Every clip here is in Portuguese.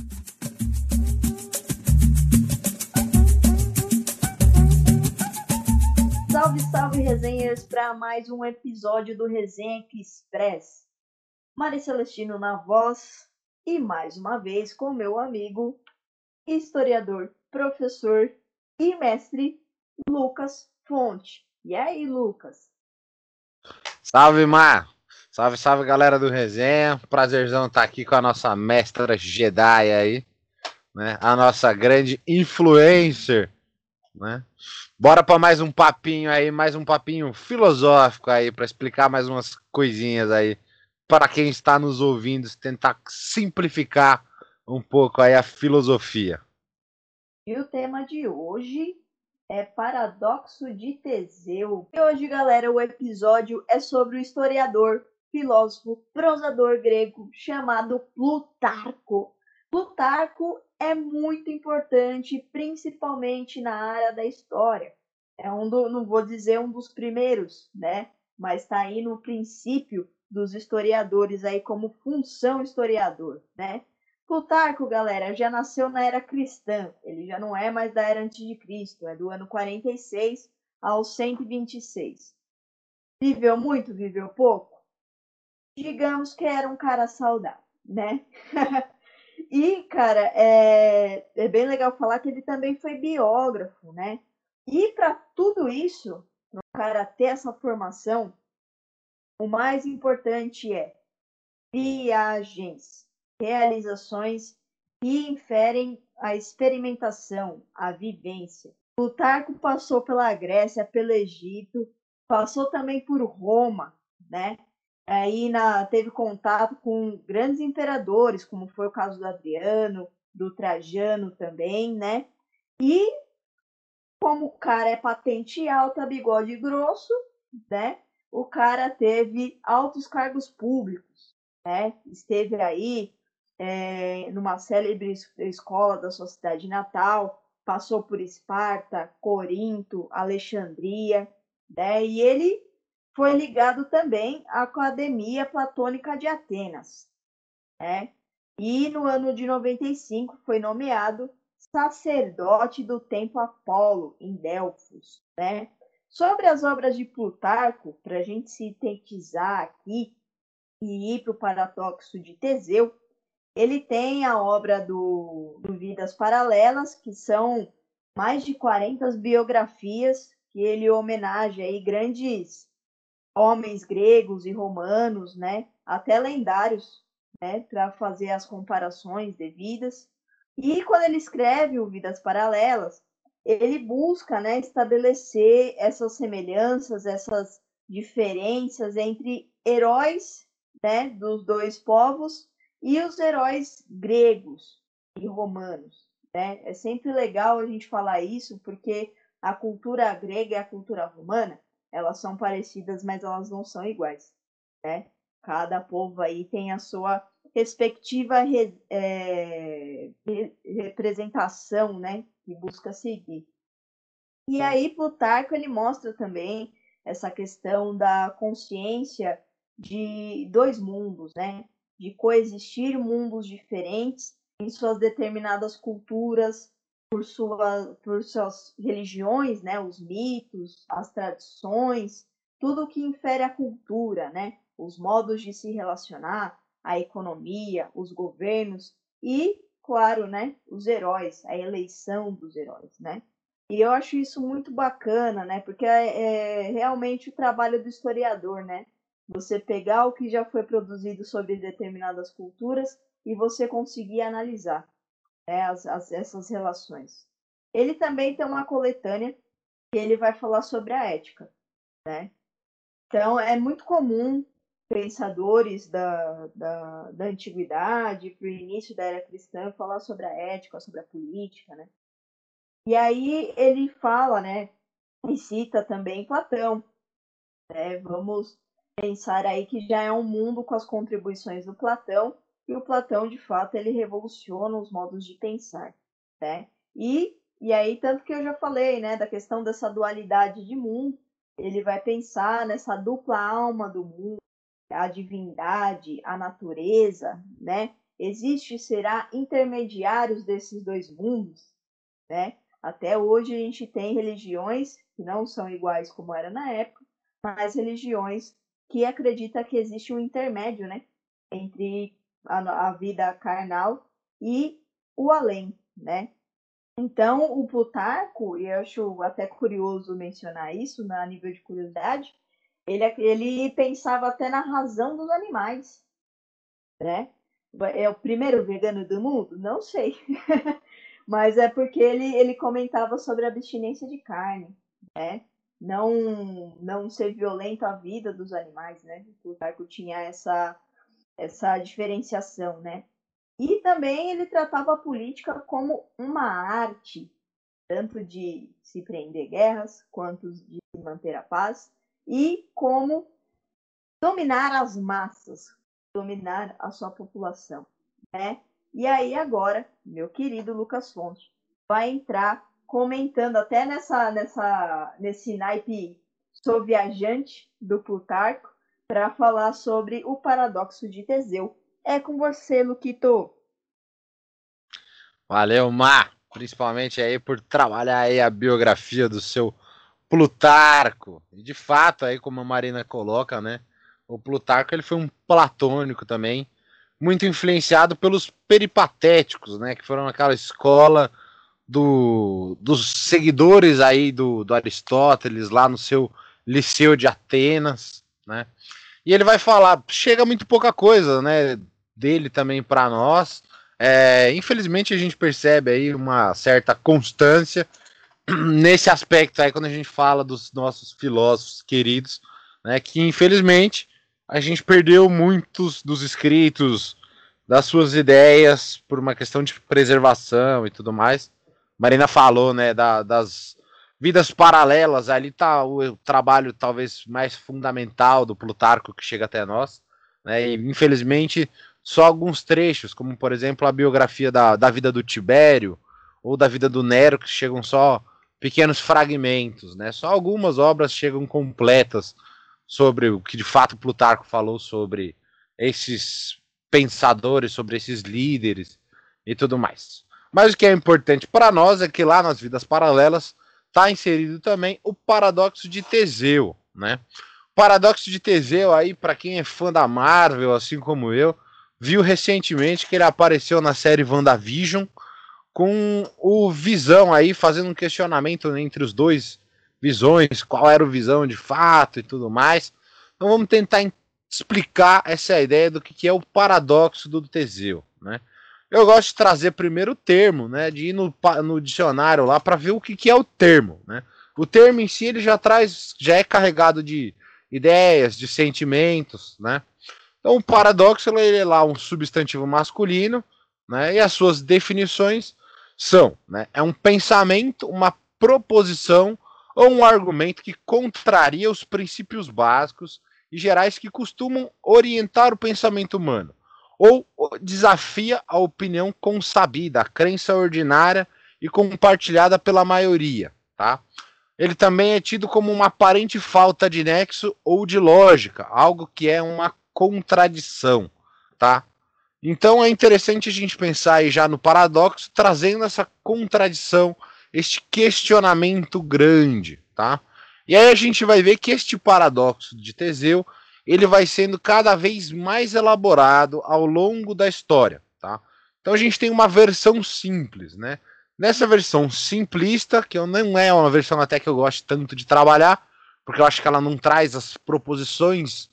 Salve, salve, resenhas, para mais um episódio do Resenha Express. Mari Celestino na voz e mais uma vez com meu amigo, historiador, professor e mestre Lucas Fonte. E aí, Lucas? Salve, Mar! Salve, salve, galera do Resenha. Prazerzão estar aqui com a nossa mestra Jedi aí, né? A nossa grande influencer, né? Bora para mais um papinho aí, mais um papinho filosófico aí, para explicar mais umas coisinhas aí para quem está nos ouvindo, tentar simplificar um pouco aí a filosofia. E o tema de hoje é Paradoxo de Teseu. E hoje, galera, o episódio é sobre o historiador, filósofo, prosador grego chamado Plutarco. Plutarco é muito importante, principalmente na área da história. Não vou dizer um dos primeiros, né? Mas está aí no princípio dos historiadores aí como função historiador, né? Plutarco, galera, já nasceu na era cristã. Ele já não é mais da era antes de Cristo, é do ano 46 ao 126. Viveu muito, viveu pouco? Digamos que era um cara saudável, né? E, cara, é bem legal falar que ele também foi biógrafo, né? E para tudo isso, para o cara ter essa formação, o mais importante é viagens, realizações que inferem a experimentação, a vivência. Plutarco passou pela Grécia, pelo Egito, passou também por Roma, né? Teve contato com grandes imperadores, como foi o caso do Adriano, do Trajano também, né? E como o cara é patente alta, bigode grosso, né? O cara teve altos cargos públicos, né? Esteve aí numa célebre escola da sua cidade natal, passou por Esparta, Corinto, Alexandria, né? E ele foi ligado também à Academia Platônica de Atenas, né? E no ano de 95 foi nomeado sacerdote do Templo Apolo, em Delfos, né? Sobre as obras de Plutarco, para a gente sintetizar aqui e ir para o paradoxo de Teseu, ele tem a obra do Vidas Paralelas, que são mais de 40 biografias que ele homenageia aí grandes homens gregos e romanos, né? Até lendários, né? Para fazer as comparações devidas. E quando ele escreve o Vidas Paralelas, ele busca, né, estabelecer essas semelhanças, essas diferenças entre heróis, né, dos dois povos e os heróis gregos e romanos, né? É sempre legal a gente falar isso porque a cultura grega e a cultura romana, elas são parecidas, mas elas não são iguais, né? Cada povo aí tem a sua respectiva representação, né, que busca seguir. E aí Plutarco ele mostra também essa questão da consciência de dois mundos, né, de coexistir mundos diferentes em suas determinadas culturas, por suas religiões, né, os mitos, as tradições, tudo que infere a cultura, né, os modos de se relacionar, a economia, os governos e, claro, né, os heróis, a eleição dos heróis, né? E eu acho isso muito bacana, né? Porque é realmente o trabalho do historiador, né? Você pegar o que já foi produzido sobre determinadas culturas e você conseguir analisar, né, essas relações. Ele também tem uma coletânea que ele vai falar sobre a ética, né? Então, é muito comum pensadores da antiguidade, para o início da era cristã, falar sobre a ética, sobre a política, né? E aí ele fala, né, e cita também Platão, né? Vamos pensar aí que já é um mundo com as contribuições do Platão, e o Platão, de fato, ele revoluciona os modos de pensar, né? E aí, tanto que eu já falei, né, da questão dessa dualidade de mundo, ele vai pensar nessa dupla alma do mundo, a divindade, a natureza, né? será intermediários desses dois mundos, né? Até hoje a gente tem religiões que não são iguais como era na época, mas religiões que acreditam que existe um intermédio, né? Entre a vida carnal e o além, né? Então, o Plutarco, e eu acho até curioso mencionar isso, a nível de curiosidade, ele pensava até na razão dos animais, né? É o primeiro vegano do mundo? Não sei. Mas é porque ele comentava sobre a abstinência de carne, né? Não ser violento à vida dos animais, né? O Plutarco tinha essa diferenciação, né? E também ele tratava a política como uma arte, tanto de se prender guerras, quanto de manter a paz, e como dominar as massas, dominar a sua população, né? E aí agora, meu querido Lucas Fonte vai entrar comentando até nesse naipe sou viajante do Plutarco para falar sobre o paradoxo de Teseu. É com você, Luquito. Valeu, Mar, principalmente aí por trabalhar aí a biografia do seu Plutarco. E de fato, aí como a Marina coloca, né, o Plutarco ele foi um platônico também, muito influenciado pelos peripatéticos, né, que foram aquela escola dos seguidores aí do Aristóteles lá no seu Liceu de Atenas, né? E ele vai falar, chega muito pouca coisa, né, dele também para nós. Infelizmente a gente percebe aí uma certa constância nesse aspecto aí quando a gente fala dos nossos filósofos queridos, né, que infelizmente a gente perdeu muitos dos escritos, das suas ideias por uma questão de preservação e tudo mais. Marina falou, né, das vidas paralelas, ali tá o trabalho talvez mais fundamental do Plutarco que chega até nós, né, e infelizmente só alguns trechos, como por exemplo a biografia da vida do Tibério ou da vida do Nero, que chegam só pequenos fragmentos, né, só algumas obras chegam completas sobre o que de fato Plutarco falou sobre esses pensadores, sobre esses líderes e tudo mais. Mas o que é importante para nós é que lá nas vidas paralelas está inserido também o paradoxo de Teseu, né? O paradoxo de Teseu aí, para quem é fã da Marvel, assim como eu, viu recentemente que ele apareceu na série WandaVision com o Visão aí fazendo um questionamento entre os dois Visões, qual era o Visão de fato e tudo mais. Então vamos tentar explicar essa ideia do que é o paradoxo do Teseu, né? Eu gosto de trazer primeiro o termo, né? De ir no dicionário lá para ver o que é o termo, né? O termo em si ele já é carregado de ideias, de sentimentos, né? Então o paradoxo ele é lá um substantivo masculino, né? E as suas definições são, né? É um pensamento, uma proposição ou um argumento que contraria os princípios básicos e gerais que costumam orientar o pensamento humano, ou desafia a opinião consabida, a crença ordinária e compartilhada pela maioria, tá? Ele também é tido como uma aparente falta de nexo ou de lógica, algo que é uma contradição, tá? Então é interessante a gente pensar aí já no paradoxo, trazendo essa contradição, este questionamento grande, tá? E aí a gente vai ver que este paradoxo de Teseu, ele vai sendo cada vez mais elaborado ao longo da história, tá? Então a gente tem uma versão simples, né? Nessa versão simplista, que eu não é uma versão até que eu gosto tanto de trabalhar, porque eu acho que ela não traz as proposições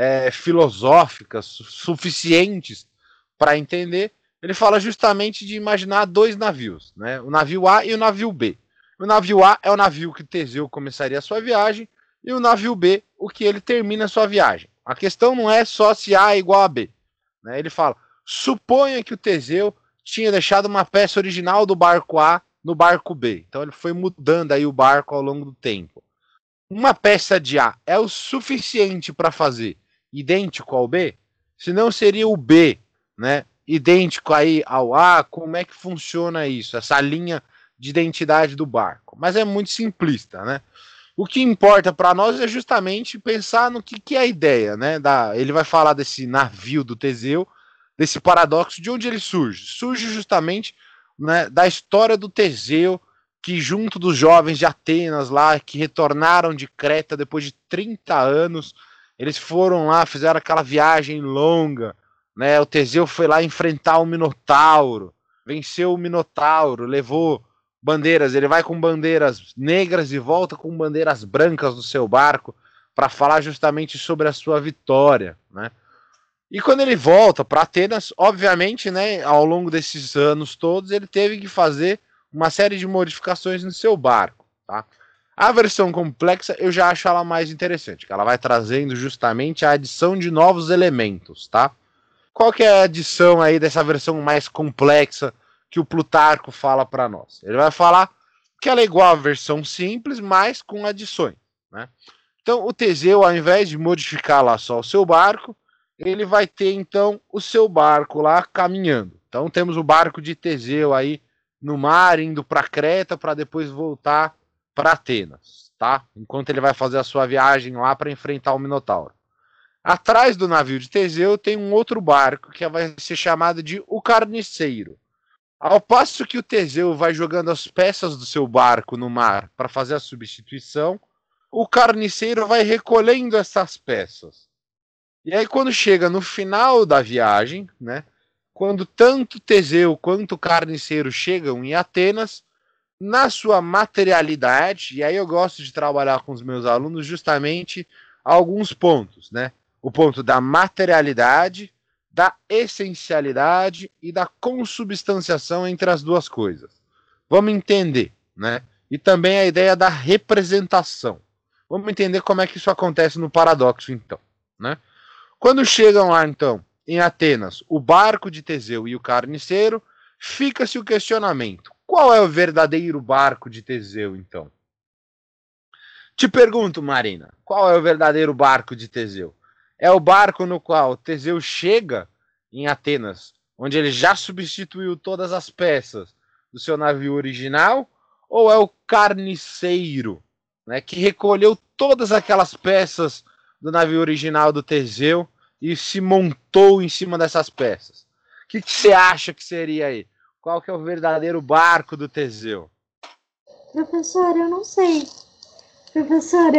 filosóficas suficientes para entender, ele fala justamente de imaginar dois navios, né? O navio A e o navio B. O navio A é o navio que Teseu começaria a sua viagem, e o navio B, o que ele termina a sua viagem. A questão não é só se A é igual a B, né? Ele fala, suponha que o Teseu tinha deixado uma peça original do barco A no barco B. Então ele foi mudando aí o barco ao longo do tempo. Uma peça de A é o suficiente para fazer idêntico ao B? Se não seria o B, né, idêntico aí ao A, como é que funciona isso, essa linha de identidade do barco? Mas é muito simplista, né? O que importa para nós é justamente pensar no que é a ideia, né? Ele vai falar desse navio do Teseu, desse paradoxo, de onde ele surge? Surge justamente, né, da história do Teseu, que junto dos jovens de Atenas lá, que retornaram de Creta depois de 30 anos, eles foram lá, fizeram aquela viagem longa, né? O Teseu foi lá enfrentar o Minotauro, venceu o Minotauro, levou bandeiras, ele vai com bandeiras negras e volta com bandeiras brancas no seu barco para falar justamente sobre a sua vitória, né? E quando ele volta para Atenas, obviamente, né, ao longo desses anos todos, ele teve que fazer uma série de modificações no seu barco, tá? A versão complexa eu já acho ela mais interessante, que ela vai trazendo justamente a adição de novos elementos, tá? Qual que é a adição aí dessa versão mais complexa que o Plutarco fala para nós? Ele vai falar que ela é igual à versão simples, mas com adições, né? Então, o Teseu, ao invés de modificar lá só o seu barco, ele vai ter, então, o seu barco lá caminhando. Então, temos o barco de Teseu aí no mar, indo para Creta, para depois voltar para Atenas, tá? Enquanto ele vai fazer a sua viagem lá para enfrentar o Minotauro. Atrás do navio de Teseu tem um outro barco que vai ser chamado de o Carniceiro. Ao passo que o Teseu vai jogando as peças do seu barco no mar para fazer a substituição, o Carniceiro vai recolhendo essas peças. E aí, quando chega no final da viagem, né, quando tanto Teseu quanto o Carniceiro chegam em Atenas, na sua materialidade, e aí eu gosto de trabalhar com os meus alunos justamente alguns pontos, né? O ponto da materialidade, da essencialidade e da consubstanciação entre as duas coisas. Vamos entender, né? E também a ideia da representação. Vamos entender como é que isso acontece no paradoxo, então, né? Quando chegam lá, então, em Atenas, o barco de Teseu e o carniceiro, fica-se o questionamento: qual é o verdadeiro barco de Teseu, então? Te pergunto, Marina, qual é o verdadeiro barco de Teseu? É o barco no qual Teseu chega em Atenas, onde ele já substituiu todas as peças do seu navio original, ou é o carniceiro, né, que recolheu todas aquelas peças do navio original do Teseu e se montou em cima dessas peças? O que você acha que seria aí? Qual que é o verdadeiro barco do Teseu? Professor, eu não sei. Professor,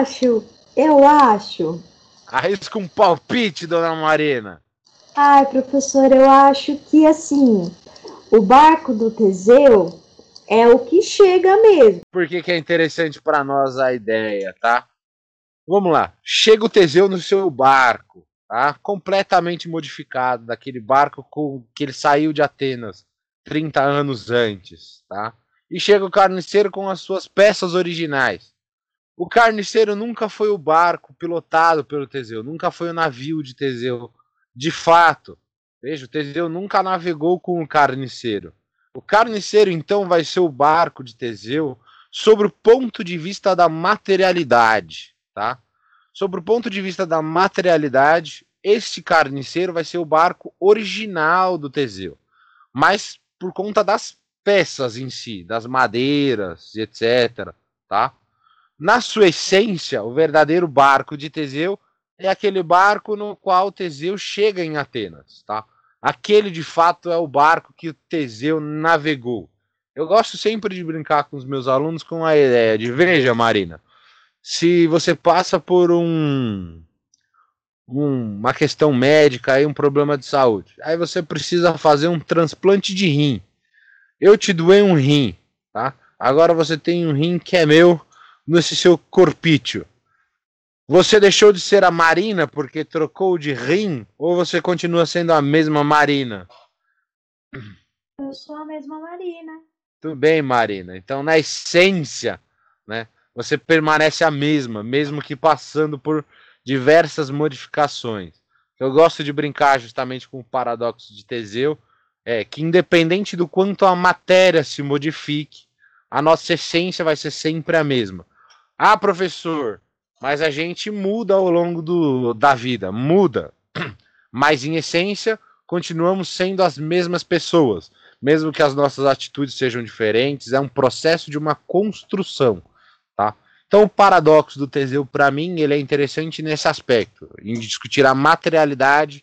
eu acho. Arrisca um palpite, dona Marina. Ai, professor, eu acho que assim, o barco do Teseu é o que chega mesmo. Por que é interessante para nós a ideia, tá? Vamos lá. Chega o Teseu no seu barco, tá? Completamente modificado, daquele barco com que ele saiu de Atenas 30 anos antes, tá? E chega o carniceiro com as suas peças originais. O carniceiro nunca foi o barco pilotado pelo Teseu, nunca foi o navio de Teseu. De fato, veja, o Teseu nunca navegou com o carniceiro. O carniceiro, então, vai ser o barco de Teseu sobre o ponto de vista da materialidade, tá? Sobre o ponto de vista da materialidade, este carniceiro vai ser o barco original do Teseu, mas por conta das peças em si, das madeiras, etc, tá? Na sua essência, o verdadeiro barco de Teseu é aquele barco no qual Teseu chega em Atenas, tá? Aquele de fato é o barco que o Teseu navegou. Eu gosto sempre de brincar com os meus alunos com a ideia de: veja, Marina, se você passa por uma questão médica, aí um problema de saúde, aí você precisa fazer um transplante de rim. Eu te doei um rim, tá? Agora você tem um rim que é meu nesse seu corpício. Você deixou de ser a Marina porque trocou de rim, ou você continua sendo a mesma Marina? Eu sou a mesma Marina. Tudo bem, Marina. Então, na essência, né, você permanece a mesma, mesmo que passando por diversas modificações. Eu gosto de brincar justamente com o paradoxo de Teseu, que independente do quanto a matéria se modifique, a nossa essência vai ser sempre a mesma. Ah, professor, mas a gente muda ao longo da vida. Muda. Mas, em essência, continuamos sendo as mesmas pessoas. Mesmo que as nossas atitudes sejam diferentes, é um processo de uma construção, tá? Então, o paradoxo do Teseu, para mim, ele é interessante nesse aspecto, em discutir a materialidade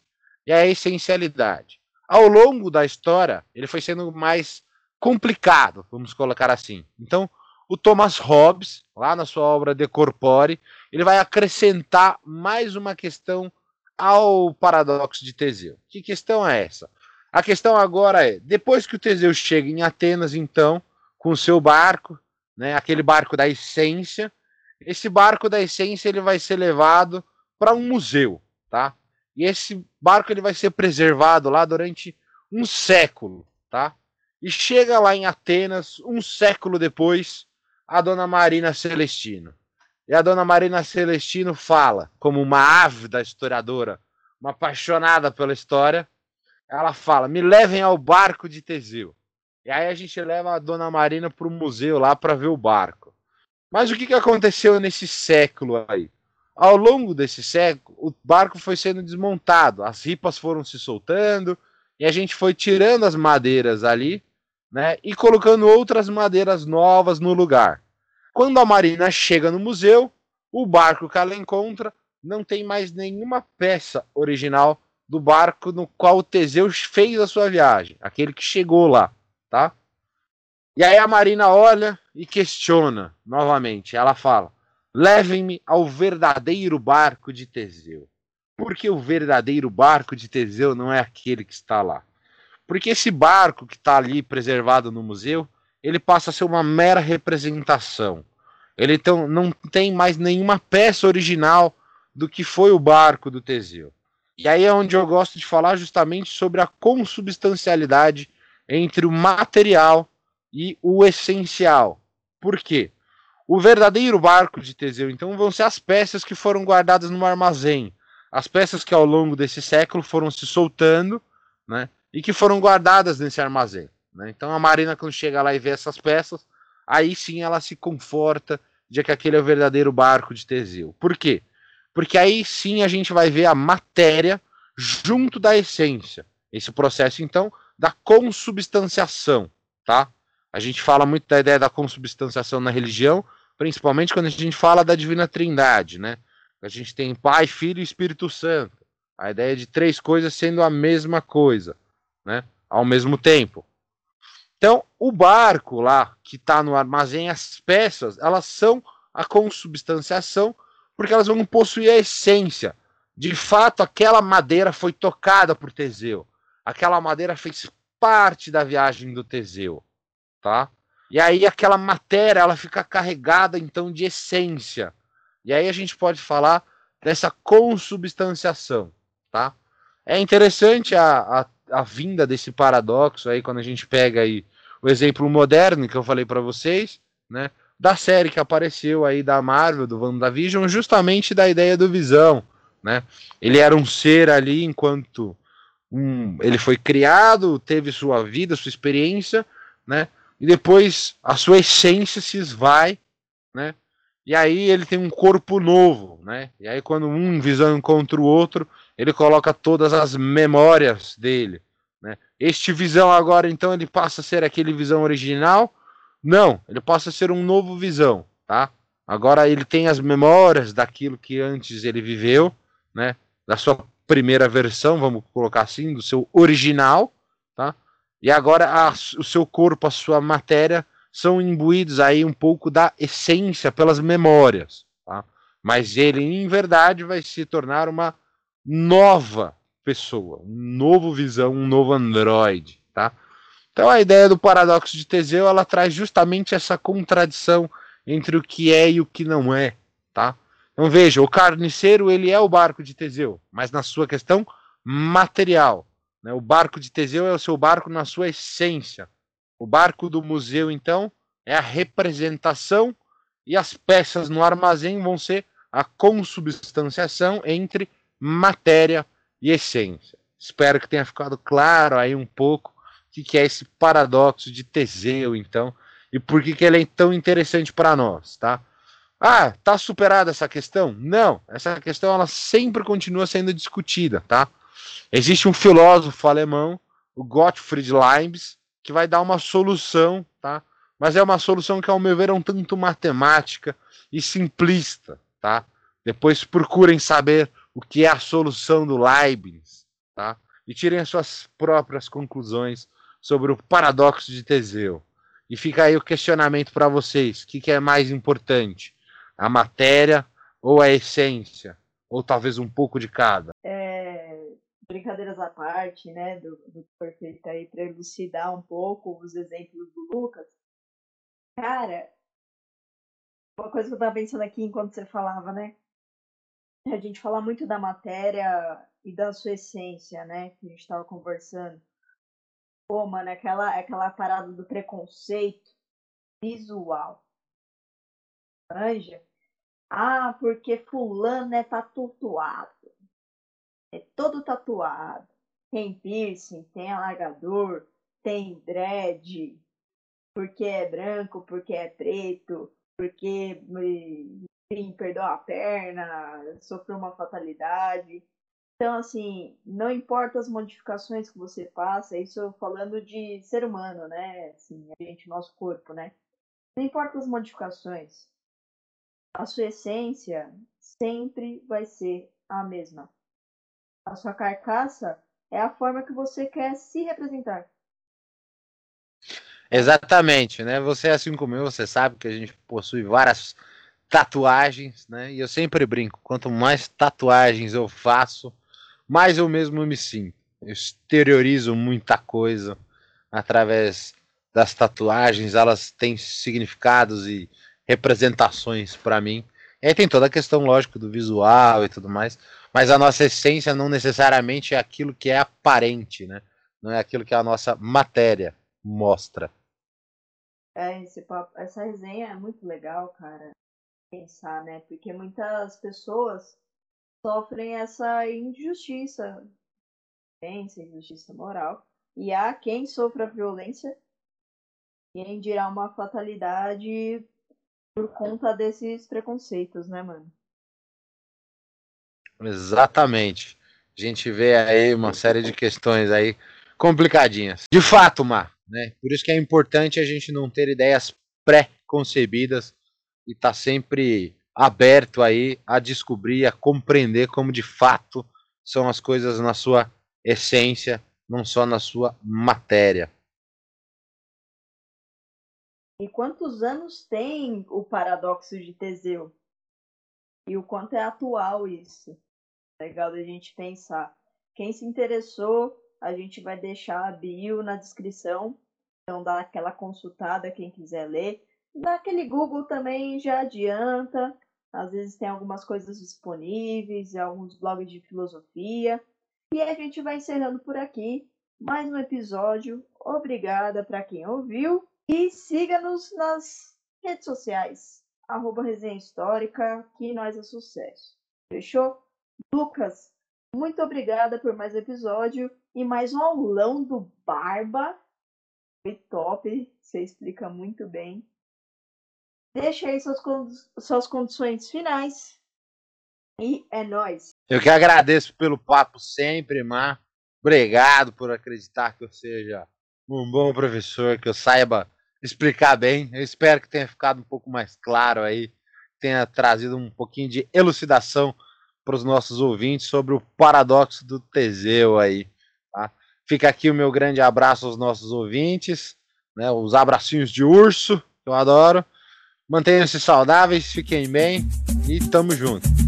e a essencialidade. Ao longo da história, ele foi sendo mais complicado, vamos colocar assim. Então, o Thomas Hobbes, lá na sua obra De Corpore, ele vai acrescentar mais uma questão ao paradoxo de Teseu. Que questão é essa? A questão agora é, depois que o Teseu chega em Atenas, então, com o seu barco, né, aquele barco da essência, esse barco da essência ele vai ser levado para um museu, tá? E esse barco ele vai ser preservado lá durante um século, tá? E chega lá em Atenas, um século depois, a dona Marina Celestino. E a dona Marina Celestino fala, como uma ávida historiadora, uma apaixonada pela história, ela fala: me levem ao barco de Teseu. E aí a gente leva a dona Marina para o museu lá para ver o barco. Mas o que aconteceu nesse século aí? Ao longo desse século, o barco foi sendo desmontado, as ripas foram se soltando e a gente foi tirando as madeiras ali, né, e colocando outras madeiras novas no lugar. Quando a Marina chega no museu, o barco que ela encontra não tem mais nenhuma peça original do barco no qual o Teseu fez a sua viagem, aquele que chegou lá, tá? E aí a Marina olha e questiona novamente. Ela fala: levem-me ao verdadeiro barco de Teseu. Porque o verdadeiro barco de Teseu não é aquele que está lá. Porque esse barco que está ali preservado no museu, ele passa a ser uma mera representação. Ele então não tem mais nenhuma peça original do que foi o barco do Teseu. E aí é onde eu gosto de falar justamente sobre a consubstancialidade entre o material e o essencial. Por quê? O verdadeiro barco de Teseu, então, vão ser as peças que foram guardadas no armazém. As peças que ao longo desse século foram se soltando, né? E que foram guardadas nesse armazém. Né? Então a Marina, quando chega lá e vê essas peças, aí sim ela se conforta de que aquele é o verdadeiro barco de Teseu. Por quê? Porque aí sim a gente vai ver a matéria junto da essência. Esse processo, então, da consubstanciação, tá? A gente fala muito da ideia da consubstanciação na religião, principalmente quando a gente fala da Divina Trindade, né? A gente tem Pai, Filho e Espírito Santo. A ideia de três coisas sendo a mesma coisa, né? Ao mesmo tempo. Então, o barco lá que está no armazém, as peças, elas são a consubstanciação, porque elas vão possuir a essência. De fato, aquela madeira foi tocada por Teseu. Aquela madeira fez parte da viagem do Teseu, tá? E aí aquela matéria, ela fica carregada então de essência. E aí a gente pode falar dessa consubstanciação, tá? É interessante a vinda desse paradoxo aí quando a gente pega aí o exemplo moderno que eu falei para vocês, né? Da série que apareceu aí da Marvel, do WandaVision, justamente da ideia do Visão, né? Ele era um ser ali enquanto ele foi criado, teve sua vida, sua experiência, né? E depois a sua essência se esvai, né? E aí ele tem um corpo novo, né? E aí quando um Visão encontra o outro, ele coloca todas as memórias dele, né? Este Visão agora então ele passa a ser aquele Visão original? Não, ele passa a ser um novo Visão, tá? Agora ele tem as memórias daquilo que antes ele viveu, né? Da sua primeira versão, vamos colocar assim, do seu original, tá? E agora o seu corpo, a sua matéria são imbuídos aí um pouco da essência pelas memórias, tá? Mas ele, em verdade, vai se tornar uma nova pessoa, um novo Visão, um novo androide, tá? Então a ideia do paradoxo de Teseu, ela traz justamente essa contradição entre o que é e o que não é, tá? Então veja, o carniceiro, ele é o barco de Teseu, mas na sua questão material, né? O barco de Teseu é o seu barco na sua essência. O barco do museu, então, é a representação e as peças no armazém vão ser a consubstanciação entre matéria e essência. Espero que tenha ficado claro aí um pouco o que é esse paradoxo de Teseu, então, e por que ele é tão interessante para nós, tá? Ah, tá superada essa questão? Não, essa questão ela sempre continua sendo discutida, tá? Existe um filósofo alemão, o Gottfried Leibniz, que vai dar uma solução, tá? Mas é uma solução que, ao meu ver, é um tanto matemática e simplista, tá? Depois procurem saber o que é a solução do Leibniz, tá? E tirem as suas próprias conclusões sobre o paradoxo de Teseu. E fica aí o questionamento para vocês: o que é mais importante? A matéria ou a essência? Ou talvez um pouco de cada? Brincadeiras à parte, né, do perfeito aí, para elucidar um pouco os exemplos do Lucas. Cara, uma coisa que eu tava pensando aqui enquanto você falava, né? A gente fala muito da matéria e da sua essência, né? Que a gente tava conversando. Pô, mano, aquela parada do preconceito visual. Anja? Ah, porque fulano é tatuado. É todo tatuado. Tem piercing, tem alargador, tem dread, porque é branco, porque é preto, porque enfim, perdeu a perna, sofreu uma fatalidade. Então, assim, não importa as modificações que você passa, isso falando de ser humano, né? Assim, a gente, nosso corpo, né? Não importa as modificações, a sua essência sempre vai ser a mesma. A sua carcaça é a forma que você quer se representar. Exatamente, né? Você, assim como eu, você sabe que a gente possui várias tatuagens, né? E eu sempre brinco: quanto mais tatuagens eu faço, mais eu mesmo me sinto. Eu exteriorizo muita coisa através das tatuagens, elas têm significados e representações para mim. E aí tem toda a questão, lógico, do visual e tudo mais, mas a nossa essência não necessariamente é aquilo que é aparente, né? Não é aquilo que a nossa matéria mostra. Essa resenha é muito legal, cara, pensar, né? Porque muitas pessoas sofrem essa injustiça, injustiça moral, e há quem sofra violência e quem dirá uma fatalidade por conta desses preconceitos, né, mano? Exatamente. A gente vê aí uma série de questões aí complicadinhas. De fato, Mar, né? Por isso que é importante a gente não ter ideias pré-concebidas e estar sempre aberto aí a descobrir, a compreender como de fato são as coisas na sua essência, não só na sua matéria. E quantos anos tem o paradoxo de Teseu? E o quanto é atual isso? Legal da gente pensar. Quem se interessou, a gente vai deixar a bio na descrição. Então dá aquela consultada quem quiser ler. Dá aquele Google também, já adianta. Às vezes tem algumas coisas disponíveis, alguns blogs de filosofia. E a gente vai encerrando por aqui. Mais um episódio. Obrigada para quem ouviu. E siga-nos nas redes sociais. @resenha histórica, que nós é sucesso. Fechou? Lucas, muito obrigada por mais episódio e mais um aulão do Barba. Foi top, você explica muito bem. Deixa aí suas condições finais e é nóis. Eu que agradeço pelo papo sempre, Mar. Obrigado por acreditar que eu seja um bom professor, que eu saiba explicar bem. Eu espero que tenha ficado um pouco mais claro aí, tenha trazido um pouquinho de elucidação para os nossos ouvintes sobre o paradoxo do Teseu aí. Tá? Fica aqui o meu grande abraço aos nossos ouvintes, né? Os abracinhos de urso, que eu adoro. Mantenham-se saudáveis, fiquem bem e tamo junto.